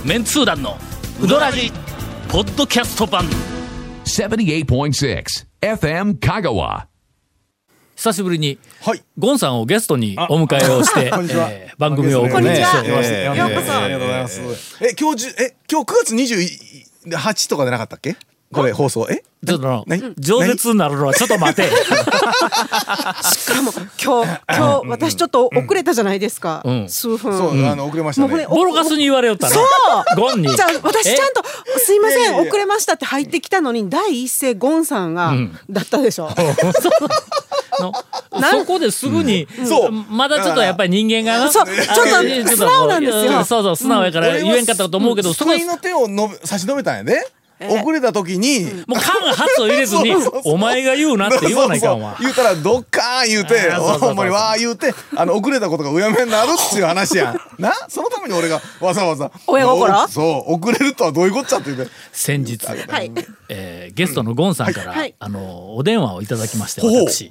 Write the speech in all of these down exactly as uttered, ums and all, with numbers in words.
メンツー団のウドラジポッドキャスト版ななじゅうはちてんろく エフエム 香川。 久しぶりに、 はい、 ゴンさんをゲストにお迎えをして、えー、番組をお送りして、 えー、ようこそ、ありがとうございます。え今日え今日くがつにじゅうはちとかでなかったっけこれ放送。えちょっとの饒舌になるのはちょっと待て。 しかも今日今日私ちょっと遅れたじゃないですか、うん、数分。 そう、あの遅れましたね。 ボロカスに言われよったな。 そうゴンにじゃあ私ちゃんとすいません遅れましたって入ってきたのに第一声ゴンさんが、うん、だったでしょ。 のそこですぐに、うん、まだちょっとやっぱり人間がなそうちょっと素直なんですよ。 そうそう素直やから言えんかったと思うけど、 うん、救いの手をの差し伸べたんやで、ね。遅れた時に、うん、 もう間髪を入れずにお前が言うなって言わないかんわ。 言うたらどっかー言うてほんまにわー言うてあの遅れたことがうやめになるっていう話やんな。そのために俺がわざわざ親心そう遅れるとはどういうこっちゃって言うて先日、はいえー、ゲストのゴンさんから、うんはい、あのお電話をいただきまして、私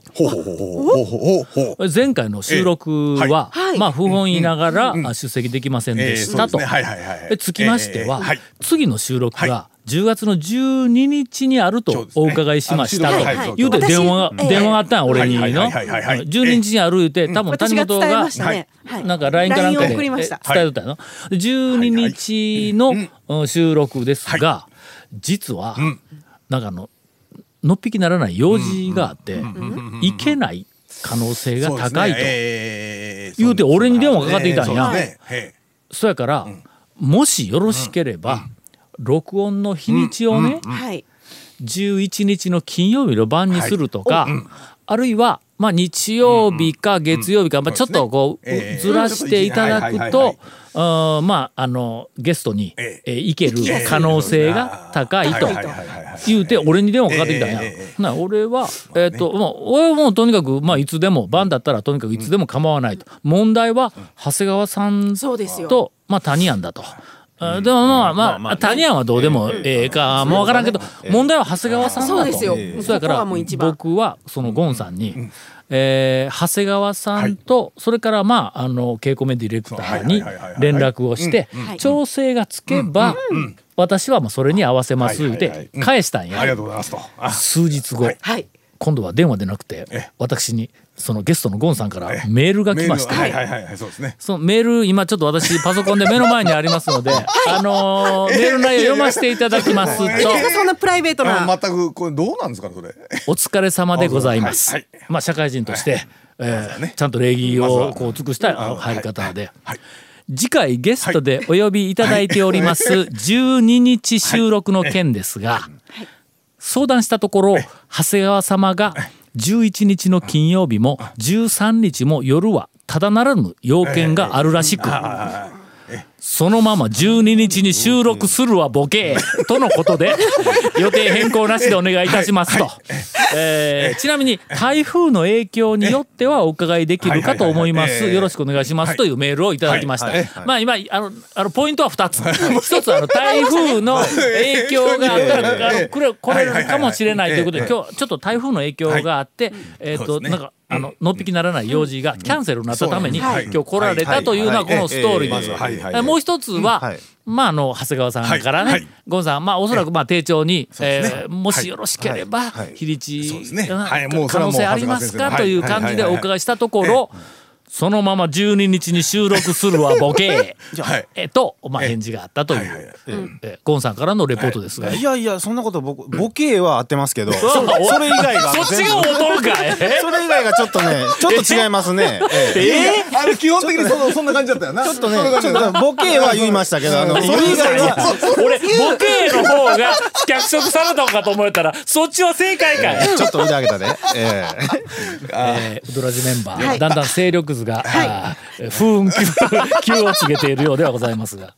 前回の収録は、はい、まあ不本意ながら、うん、出席できませんでしたと。つきましては、えーはい、次の収録が、はいじゅうがつのじゅうににちにあるとお伺いしましたと言うて電話が電話があったん俺にのじゅうににちにある言うて多分谷本がなんか ライン かなんかで伝えとったの。じゅうににちの収録ですが実はなんかののっぴきならない用事があって行けない可能性が高いと言うて俺に電話かかってきたんや。そやからもしよろしければ録音の日にちをね、うんうん、じゅういちにちの金曜日の晩にするとか、はいうん、あるいは、まあ、日曜日か月曜日か、うんまあ、ちょっとこう、ね、ずらしていただくとまああのゲストに、えー、行ける可能性が高いと言うて俺に電話かかってきたんや。な俺は、えーとまあ、俺はもうとにかく、まあ、いつでも晩だったらとにかくいつでも構わないと。問題は長谷川さんと、まあ、谷庵だと。うん、でもまあまあ、まあ、谷庵はどうでもええかもう分からんけど、問題は長谷川さんだと。 そうですよ。 そうやから僕はそのゴンさんに、えー、長谷川さんとそれからまああの稽古目ディレクターに連絡をして調整がつけば私はもうそれに合わせます言うて返したんや。 ありがとうございますと。 数日後、はい今度は電話でなくて私にそのゲストのゴンさんからメールが来まして、そのメール今ちょっと私パソコンで目の前にありますので、はい、あのー、メール内容読ませていただきますとそんなプライベートな全くこれどうなんですかそれ。 お疲れ様でございます、はいはいまあ、社会人として、はいえーね、ちゃんと礼儀をこう尽くした入り方で、はいはい、次回ゲストでお呼びいただいておりますじゅうににち収録の件ですが、はい相談したところ長谷川様がじゅういちにちの金曜日もじゅうさんにちも夜はただならぬ要件があるらしくそのままじゅうににちに収録するわボケとのことで予定変更なしでお願いいたしますと、えー、ちなみに台風の影響によってはお伺いできるかと思いますよろしくお願いしますというメールをいただきました。まあ今あのあのポイントはふたつ一つあの台風の影響があったらあの来れ来れるかもしれないということで今日ちょっと台風の影響があってえっとなんかあののっぴきならない用事がキャンセルになったために今日来られたというのはこのストーリーです。もう一つはまああの長谷川さんからねゴンさんまあおそらくまあ丁重にえもしよろしければ日にち可能性ありますかという感じでお伺いしたところそのままじゅうににちに収録するわボケえとまあ返事があったというゴンさんからのレポートですが、 いやいやそんなこと僕ボケは合ってますけどそれ以外がそっちが劣るかいそれ以外がちょっとねちょっと違いますね。 えあれ基本的にそそんな感じだったよな。 ちょっとねちょっとボケは言いましたけどあのそれ以外は俺ボケの方が脚色されたのかと思えたらそっちは正解かい。 ちょっと腕上げたね。 えウドラジメンバーだんだん勢力図が、はい、風雲急を告げているようではございますが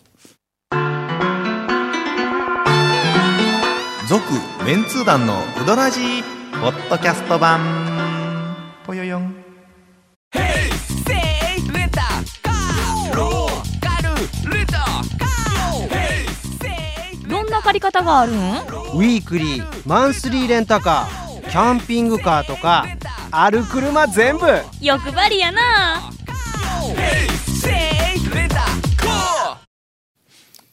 続メンツー団のウドラジポッドキャスト版ぽよよんどんな借り方があるん？ウィークリー、マンスリーレンタカー、キャンピングカーとかある車全部欲張りやな。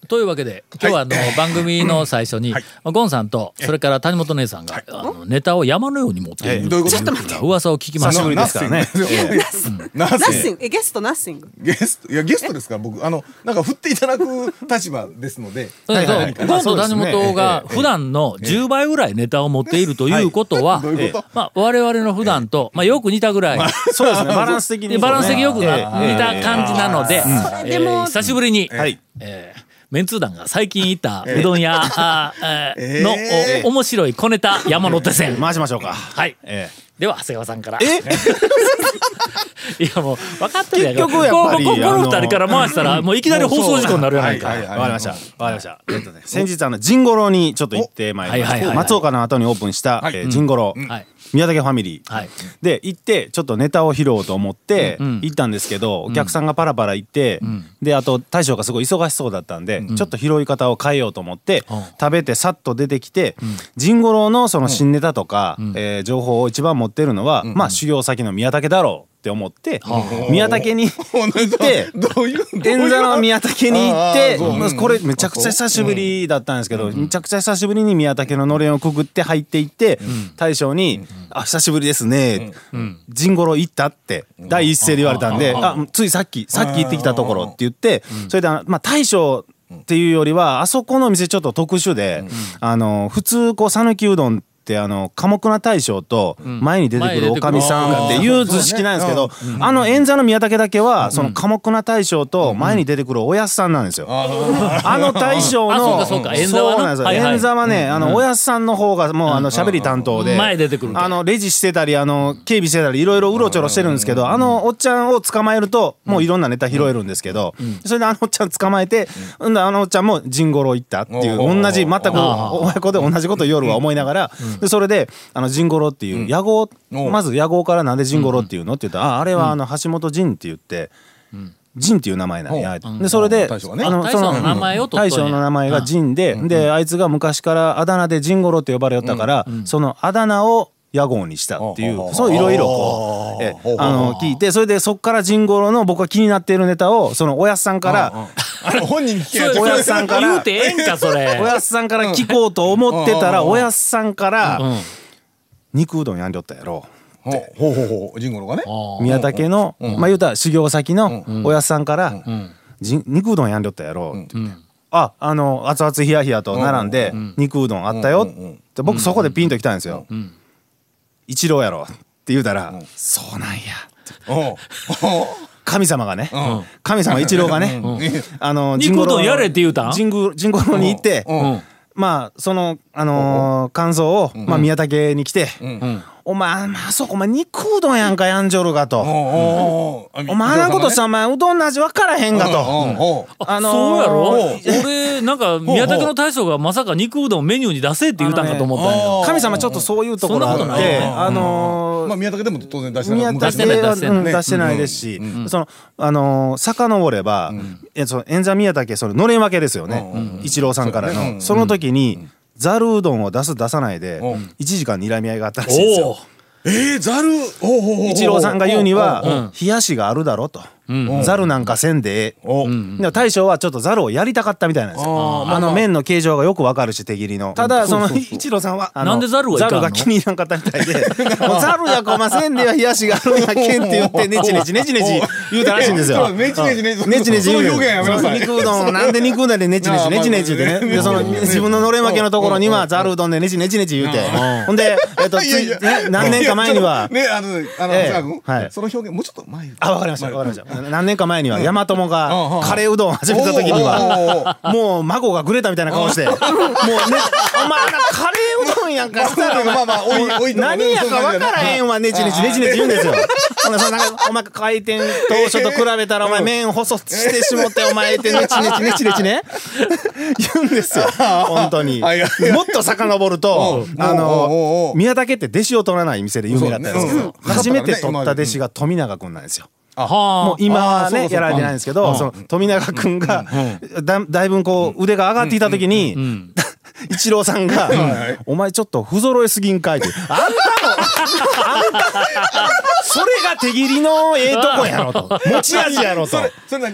というわけで今日はあの番組の最初にゴンさんとそれから谷本姉さんがあのネタを山のように持っているという噂を聞きました。 久しぶりですからね。 ナッシング、えゲストナッシング。 ゲストいやゲストですから僕あのなんか振っていただく立場ですので。 ゴンと谷本が普段のじゅうばいぐらいネタを持っているということは、まあ我々の普段とまあよく似たぐらい、 そうですね。バランス的にバランス的よく似た感じなので、えー、久しぶりに、 はいえー、メンツー団が最近行ったうどん屋、えー、の、えー、面白い小ネタ山手線回しましょうか。 はい、えー、では長谷川さんから。 えいやもう分かってるやん。 結局やっぱりこのふたりから回したらもういきなり放送事故になるやないか。 わかりましたわかりました。えっとね先日あのジンゴロにちょっと行ってまいりました。松岡の後にオープンしたジンゴロ宮武ファミリーで行ってちょっとネタを披露と思って行ったんですけど、お客さんがパラパラ行ってであと大将がすごい忙しそうだったんでちょっと拾い方を変えようと思って食べてさっと出てきて、ジンゴロのその新ネタとかえ情報を一番持ってるのはまあ修行先の宮武だろうって思って宮武に行って演座の宮武に行ってこれめちゃくちゃ久しぶりだったんですけど、めちゃくちゃ久しぶりに宮武ののれんをくぐって入っていって大将に「あ久しぶりですねジンゴロ行った?」って第一声で言われたんで「あついさっきさっき行ってきたところ」って言って、それでまあ大将っていうよりはあそこの店ちょっと特殊で、あの普通こう讃岐うどんってあの寡黙な大将と前に出てくるおかみさんっていう図式なんですけど、あの演座の宮武だけはその寡黙な大将と前に出てくるおやっさんなんですよ。あの大将の演座はねあのおやっさんの方がもうあの喋り担当で前出てくるあのレジしてたりあの警備してたりいろいろうろちょろしてるんですけど、あのおっちゃんを捕まえるともういろんなネタ拾えるんですけど、それであのおっちゃん捕まえてあのおっちゃんもジンゴロ行ったっていう同じ全く親子で同じことを夜は思いながらでそれであのジンゴロっていう屋号、まず屋号からなんでジンゴロっていうのって言ったら、ああれはあの橋本仁って言って仁っていう名前なんや。でそれで大将の名前を取っ大将の名前が仁でであいつが昔からあだ名でジンゴロって呼ばれよったからそのあだ名を屋号にしたっていうそういろいろこうえあの聞いて、それでそっからジンゴロの僕が気になっているネタをそのおやっさんから本人に聞けおやっさんから言うてええんかそれおやっさんから聞こうと思ってたらおやっさんから肉うどんやんりょったやろほうほうほうジンゴロがね宮武のまあ言うたら修行先のおやっさんから肉うどんやんりょったやろって言って、ああの熱々ヒヤヒヤと並んで肉うどんあったよって僕そこでピンときたんですよ。一郎やろって言うたらそうなんや神様がね神様一郎がねあの肉うどんやれって言うたんジンゴロに行ってまあそのあの感想をまあ宮武に来てお前あそこお前肉うどんやんかやんじょるがとお前あんなことしたらお前うどんの味分からへんがとあのそうやろ俺なんか宮武の大将がまさか肉うどんメニューに出せって言うたんかと思ったんよ。 神様ちょっとそういうところあってあのまあ宮武でも当然出してない宮武は出してないですしそのあの遡れば演座宮武それのれん分けですよね一郎さんからのその時にざるうどんを出す出さないでいちじかん睨み合いがあったらしいんですよ。 えー、ざる一郎さんが言うには冷やしがあるだろとざるなんかせんでええ大将はちょっとざるをやりたかったみたいなんですよ。あの麺の形状がよくわかるし手切りのただその一郎さんはなんでざるざるが気に入らんかったみたいでざるやこませんでは冷やしがあるんやけんって言ってネチネチネチネチ言うたらしいんですよ。 ネチネチネチネチネチ言う表現やめなさい。 肉うどんなんで肉うどんでネチネチネチネチってねでその自分ののれん分けのところにはざるうどんでネチネチネチ言うてほんでえっと何年か前にはねあのあのさ君その表現もうちょっと前あわかりましたわかりました何年か前には大和友がカレーうどんを始めた時にはもう孫がグレたみたいな顔してもうねお前カレーうどんやんかしたら何やか分からへんわネチネチネチネチ言うんですよ。お前回転当初と比べたらお前麺細してしもってお前ってネチネチネチネチね言うんですよ本当に。もっと遡るとあの宮武って弟子を取らない店で有名だったんですけど初めて取った弟子が富永君なんですよ。もう今はねやられてないんですけどその富永君がだだいぶこう腕が上がっていた時に一郎さんが「お前ちょっと不揃いすぎんかい」って「あんたもあんたそれが手切りのええとこやろ」と「持ち味やろ」と。 それ何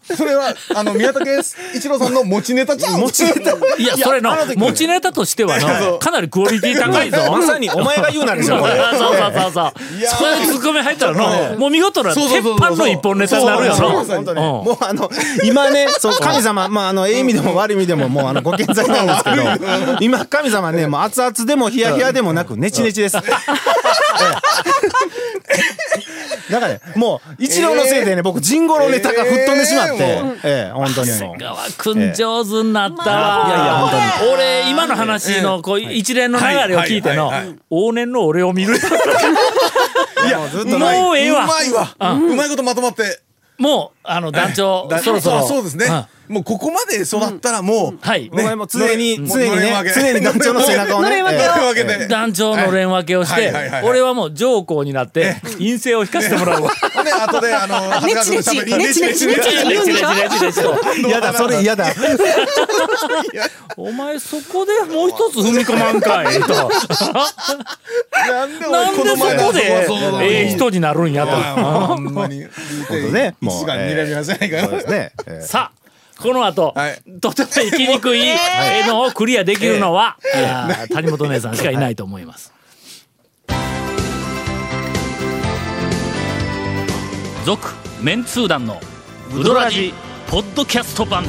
それはあの宮武一郎さんの持ちネタちゃう。持ちネタ。 いやそれの持ちネタとしてはのかなりクオリティ高いぞ。 まさにお前が言うなんでしょ。 そうそうそうそう。そういうツッコミ入ったらのもう見事な鉄板の一本ネタになるよの。 本当にもうあの今ね、そう神様まああのええ意味でも悪い意味でももうあのご健在なんですけど、今神様ねもう熱々でもヒヤヒヤでもなくネチネチです。だからねもう一郎のせいでね僕ジンゴロネタが吹っ飛んでしまって、ええ本当にもう。 長谷川くん上手になったわ。いやいや本当に。俺今の話のこう一連の流れを聞いての往年の俺を見る。 いやもうええわ。 うまいわ。うまいことまとまって。 もうあの団長そろそろ。 そうですね。もうここまで育ったらもう、 はい。 僕はもう常に常にね常に団長の背中をね団長のれん分けをして俺はもう上皇になって陰性を引かせてもらうわ。 で後であのネチネチネチネチネチ言うんでしょ。 嫌だそれ嫌だ。 お前そこでもう一つ踏み込まんかいと。 なんでなんでそこでええ人になるんやと。 ほんまに本当ねもう一番睨みはせないからね。 さあこの後、はい、とても生きにくいのをクリアできるのは、えー、いや谷本姉さんしかいないと思います。続メンツー団のウドラジポッドキャスト版。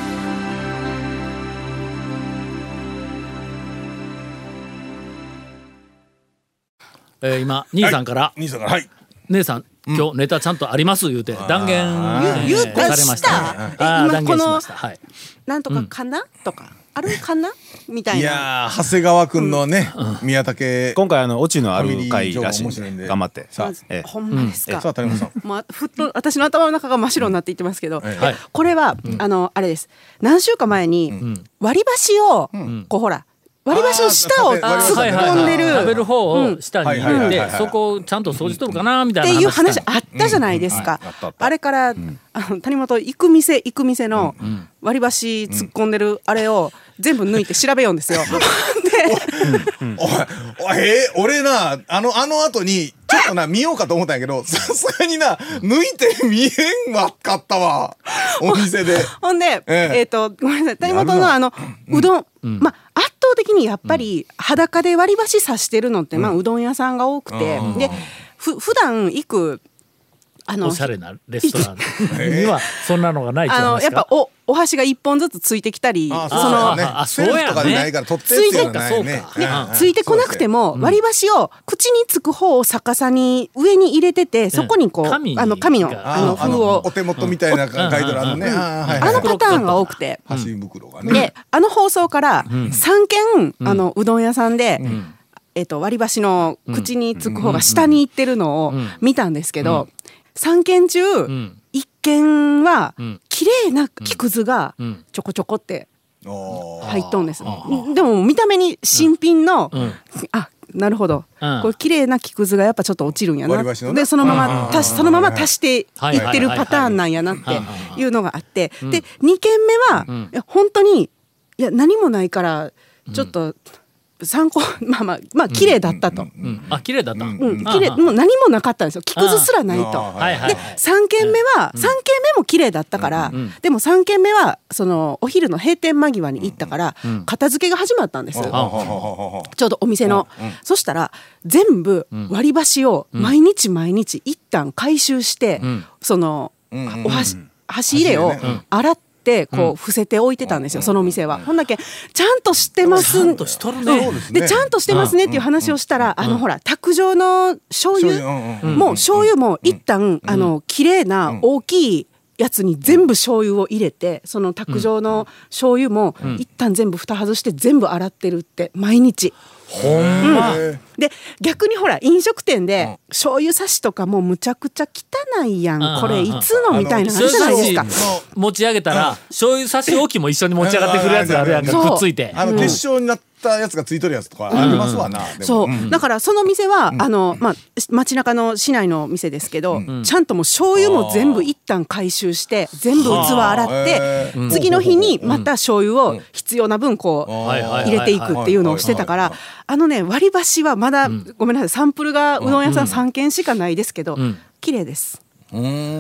えー、今兄さんから、 はい、兄さんから、はい、 姉さん今日ネタちゃんとあります言うて断言言うてされましたね。断言しました。はい。 なんとかかなとかあるかなみたいな。 いや長谷川くんのね宮武今回あのオチのある回らしいんで頑張って。 さあほんまですか。 さあ谷本さん。 まあふっと私の頭の中が真っ白になっていってますけど、これはあのあれです。何週間前に割り箸をこうほら。割り箸の下を突っ込んでる食べる方を下に入れてそこをちゃんと掃除取るかなみたいなっていう話あったじゃないですか。あれからあの谷本行く店行く店の割り箸突っ込んでるあれを全部抜いて調べようんですよ。 おいおいえ俺なあのあの後にちょっとな見ようかと思ったんやけどさすがにな抜いて見えんわかったわお店で。 ほんでえっとごめんなさい谷本のあのうどんまあ圧倒的にやっぱり裸で割り箸刺してるのってまあうどん屋さんが多くてでふ普段行くあのおしゃれなレストランにはそんなのがないって言いますか。 あのやっぱおお箸が一本ずつついてきたり、 あそのあそうやね。ついてついてこなくても割り箸を口につく方を逆さに上に入れててそこにこうあの紙のあの封をお手元みたいなガイドランのねあのパターンが多くて箸袋がね。 であの放送からさんけんあのうどん屋さんでえっと割り箸の口につく方が下に行ってるのを見たんですけど。さんけん中、うん、いっけんは、うん、綺麗な木くずがちょこちょこって入っとんです、うん、でも見た目に新品の、うん、あなるほど、うん、これ綺麗な木くずがやっぱちょっと落ちるんやなでそのまま足しそのまま足していってるパターンなんやなっていうのがあってでにけんめは、うん、いや本当にいや何もないからちょっと、うん参考まあまあまあ綺麗だったと、うんうん、あ綺麗だった、うんうん、綺麗もう何もなかったんですよ木くずすらないとでさんけんめはさんけんめも綺麗だったから、うん、でもさんけんめはそのお昼の閉店間際に行ったから、うん、片付けが始まったんです、うん、ちょうどお店の、うん、そしたら全部割り箸を毎日毎日一旦回収して、うん、その、うん、お箸箸入れを洗ってこう伏せておいてたんですよ、うん、その店は、うん、ほんだけちゃんとしてますちゃんとしとるね、うん、でちゃんとしてますねっていう話をしたら、うん、あのほら卓上の醤油もう醤油も一旦、うん、あの綺麗な大きいやつに全部醤油を入れてその卓上の醤油も一旦全部蓋外して全部洗ってるって毎日。 ほんま、 うん、で逆にほら飲食店で、うん、醤油差しとかもうむちゃくちゃ汚いやん、うん、これいつのみたいな話じゃないですか。 持ち上げたら、うん、醤油差し置きも一緒に持ち上がってくるやつがあるやんかくっついてあの結晶になったやつがついとるやつとかありますわな、 うん、そう、うん、だからその店は、うん、あのまあ街中の市内の店ですけど、うん、ちゃんともう醤油も全部一旦回収して全部器洗って次の日にまた醤油を必要な分こう入れていくっていうのをしてたからあのね割り箸はまだ、うん、ごめんなさいサンプルがうどん屋さんさんけんしかないですけど、うん、綺麗です。 うん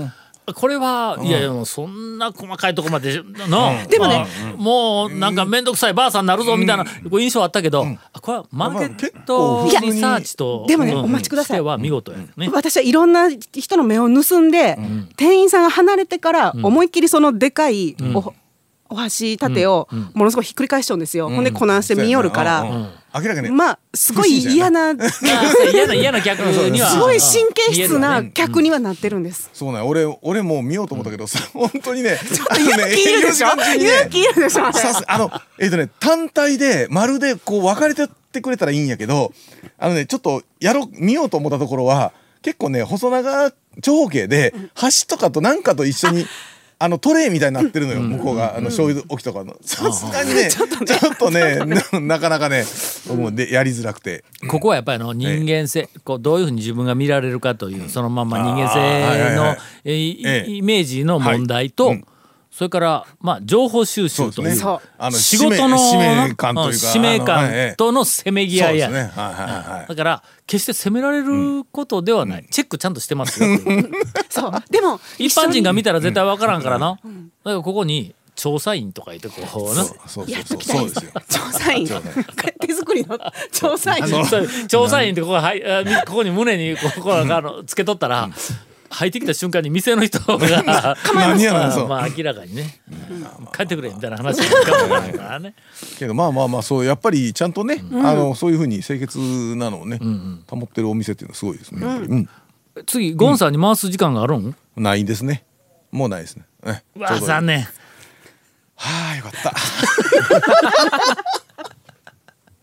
これはいやいやもうそんな細かいとこまでの、 でもねもうなんか面倒くさいばあさんになるぞみたいな印象あったけど、これはマーケットリサーチとでもねお待ちくださいは見事やね。 私はいろんな人の目を盗んで、店員さんが離れてから思いっきりそのでかいおお箸立てをものすごいひっくり返しちゃうんですよ。ほんでこなんして見よるから、 明らかにまあすごい嫌な嫌な嫌な客にはすごい神経質な客にはなってるんです。 そうね、俺俺もう見ようと思ったけどさ、本当にね、 勇気いるでしょ。勇気いるでしょ。 あのえっとね単体でまるでこう分かれてってくれたらいいんやけど、あのねちょっとやろう見ようと思ったところは結構ね細長長方形で箸とかとなんかと一緒に。あのトレイみたいになってるのよ、向こうがあの醤油置きとかの。さすがにねちょっとねなかなかねもうでやりづらくて、 ここはやっぱりの人間性、こうどういうふうに自分が見られるかというそのまま人間性のイメージの問題と、それからまあ情報収集という仕事の使命感というか使命感とのせめぎ合いや。だから決して責められることではない、チェックちゃんとしてますよ。 そうでも一般人が見たら絶対わからんからな。だからここに調査員とかいてこうな、 やっときたいですよ。調査員手作りの調査員調査員ってここがはいここに胸にここがあのつけとったら。入ってきた瞬間に店の人が何やろそう、 まあ明らかにね、帰ってくれみたいな話かもないからね。 けどまあまあまあそうやっぱりちゃんとね、あのそういうふうに清潔なのをね保ってるお店っていうのはすごいですね。 次ゴンさんに回す時間があるん？ ないですね。もうないですね。 うわ残念。 はあよかった。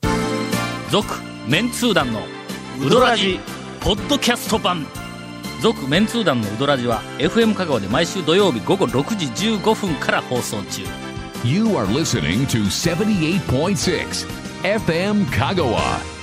続メンツー団のウドラジポッドキャスト版。続メンツー団のウドラジは エフエム 香川で毎週土曜日午後ろくじじゅうごふんから放送中。 You are listening to seventy-eight point six エフエム 香川。